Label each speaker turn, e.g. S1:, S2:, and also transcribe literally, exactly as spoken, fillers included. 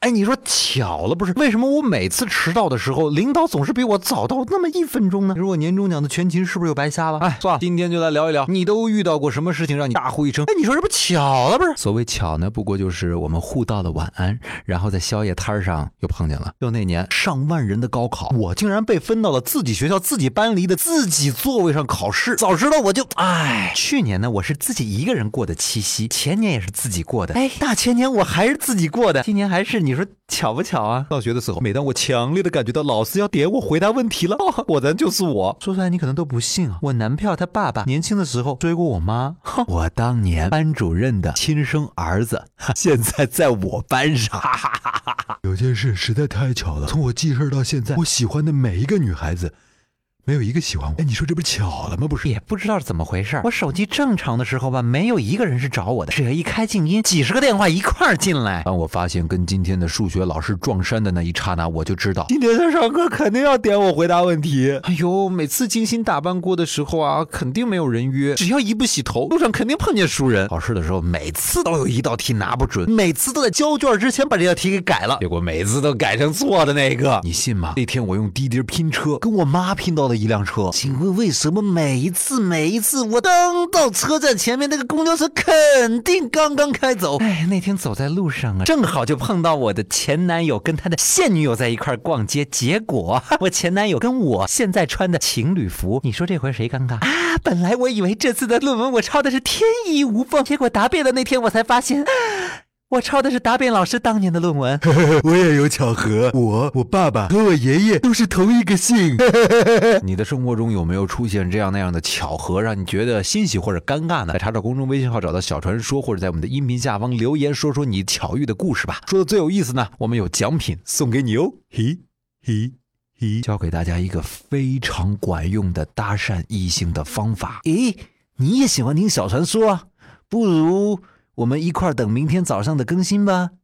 S1: 哎，你说巧了不是？为什么我每次迟到的时候，领导总是比我早到那么一分钟呢？你说我年终奖的全勤是不是又白瞎了？哎，算了，今天就来聊一聊，你都遇到过什么事情让你大呼一声？哎，你说这不巧了不是？所谓巧呢，不过就是我们互道了晚安，然后在宵夜摊上又碰见了。就那年上万人的高考，我竟然被分到了自己学校自己班里的自己座位上考试。早知道我就哎，去年呢我是自己一个人过的七夕，前年也是自己过的，哎，大前年我还是自己过的，今年还是，你说巧不巧啊？上学的时候，每当我强烈的感觉到老师要点我回答问题了，哦，果然就是我。说出来你可能都不信啊，我男票他爸爸年轻的时候追过我妈，我当年班主任的亲生儿子，现在在我班上。
S2: 有件事实在太巧了，从我记事到现在，我喜欢的每一个女孩子没有一个喜欢我。哎，你说这不巧了吗？不是，
S1: 也不知道是怎么回事。我手机正常的时候吧，没有一个人是找我的，只要一开静音，几十个电话一块儿进来。当我发现跟今天的数学老师撞衫的那一刹那，我就知道今天他上课肯定要点我回答问题。哎呦，每次精心打扮过的时候啊，肯定没有人约，只要一不洗头，路上肯定碰见熟人。考试的时候，每次都有一道题拿不准，每次都在交卷之前把这道题给改了，结果每次都改成错的那个。你信吗？那天我用滴滴拼车，跟我妈拼到了一辆车。请问为什么每一次每一次我当到车站前面，那个公交车肯定刚刚开走？哎，那天走在路上啊，正好就碰到我的前男友跟他的现女友在一块逛街，结果我前男友跟我现在穿的情侣服，你说这回谁尴尬啊？本来我以为这次的论文我抄的是天衣无缝，结果答辩的那天我才发现，我抄的是答辩老师当年的论文。
S2: 我也有巧合，我我爸爸和我爷爷都是同一个姓。
S1: 你的生活中有没有出现这样那样的巧合，让你觉得欣喜或者尴尬呢？来查找公众微信号，找到小传说，或者在我们的音频下方留言，说说你巧遇的故事吧。说的最有意思呢，我们有奖品送给你哦。嘿嘿嘿，教给大家一个非常管用的搭讪异性的方法。诶，你也喜欢听小传说啊？不如我们一块等明天早上的更新吧。